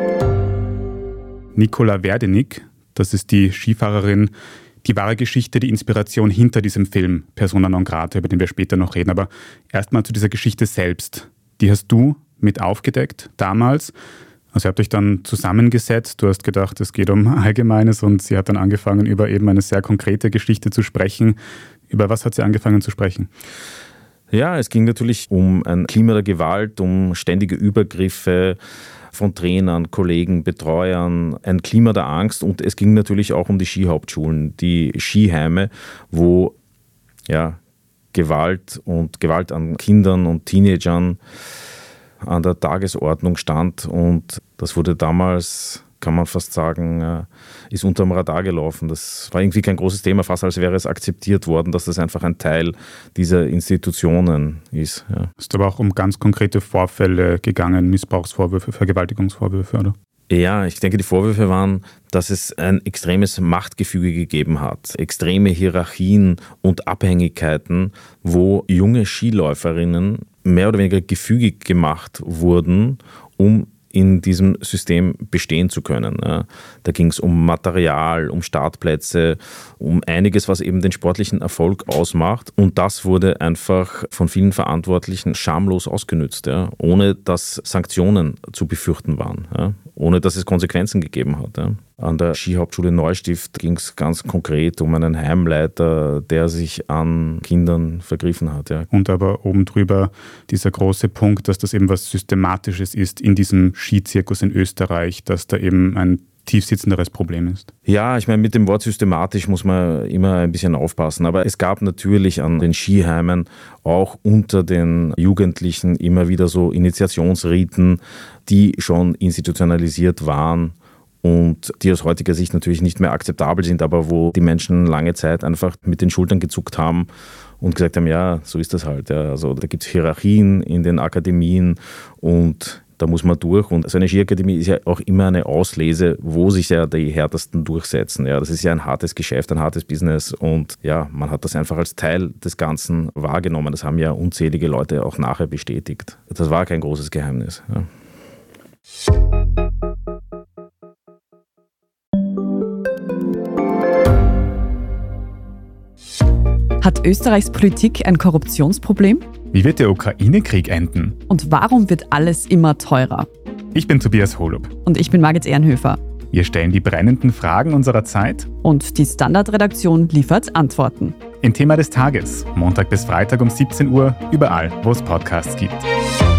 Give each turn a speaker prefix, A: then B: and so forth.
A: Nicola Werdenig, das ist die Skifahrerin, die wahre Geschichte, die Inspiration hinter diesem Film Persona non grata, über den wir später noch reden. Aber erstmal zu dieser Geschichte selbst. Die hast du mit aufgedeckt damals. Also ihr habt euch dann zusammengesetzt, du hast gedacht, es geht um Allgemeines und sie hat dann angefangen, über eben eine sehr konkrete Geschichte zu sprechen. Über was hat sie angefangen zu sprechen?
B: Ja, es ging natürlich um ein Klima der Gewalt, um ständige Übergriffe von Trainern, Kollegen, Betreuern, ein Klima der Angst, und es ging natürlich auch um die Skihauptschulen, die Skiheime, wo Gewalt und Gewalt an Kindern und Teenagern an der Tagesordnung stand, und das wurde damals, kann man fast sagen, ist unterm Radar gelaufen. Das war irgendwie kein großes Thema, fast als wäre es akzeptiert worden, dass das einfach ein Teil dieser Institutionen ist. Ja.
A: Es ist aber auch um ganz konkrete Vorfälle gegangen, Missbrauchsvorwürfe, Vergewaltigungsvorwürfe, oder?
B: Ja, ich denke, die Vorwürfe waren, dass es ein extremes Machtgefüge gegeben hat, extreme Hierarchien und Abhängigkeiten, wo junge Skiläuferinnen mehr oder weniger gefügig gemacht wurden, um in diesem System bestehen zu können. Ja. Da ging es um Material, um Startplätze, um einiges, was eben den sportlichen Erfolg ausmacht. Und das wurde einfach von vielen Verantwortlichen schamlos ausgenützt, ja, ohne dass Sanktionen zu befürchten waren, ja, ohne dass es Konsequenzen gegeben hat. Ja. An der Skihauptschule Neustift ging es ganz konkret um einen Heimleiter, der sich an Kindern vergriffen hat. Ja.
A: Und aber oben drüber dieser große Punkt, dass das eben was Systematisches ist in diesem Skizirkus in Österreich, dass da eben ein tiefsitzenderes Problem ist.
B: Ja, ich meine, mit dem Wort systematisch muss man immer ein bisschen aufpassen. Aber es gab natürlich an den Skiheimen auch unter den Jugendlichen immer wieder so Initiationsriten, die schon institutionalisiert waren und die aus heutiger Sicht natürlich nicht mehr akzeptabel sind, aber wo die Menschen lange Zeit einfach mit den Schultern gezuckt haben und gesagt haben, ja, so ist das halt. Ja. Also da gibt es Hierarchien in den Akademien und da muss man durch. Und so eine Skiakademie ist ja auch immer eine Auslese, wo sich ja die Härtesten durchsetzen. Ja, das ist ja ein hartes Geschäft, ein hartes Business. Und ja, man hat das einfach als Teil des Ganzen wahrgenommen. Das haben ja unzählige Leute auch nachher bestätigt. Das war kein großes Geheimnis. Ja.
C: Hat Österreichs Politik ein Korruptionsproblem?
A: Wie wird der Ukraine-Krieg enden?
C: Und warum wird alles immer teurer?
A: Ich bin Tobias Holub.
C: Und ich bin Margit Ehrenhöfer.
A: Wir stellen die brennenden Fragen unserer Zeit.
C: Und die Standardredaktion liefert Antworten.
A: Im Thema des Tages, Montag bis Freitag um 17 Uhr, überall, wo es Podcasts gibt.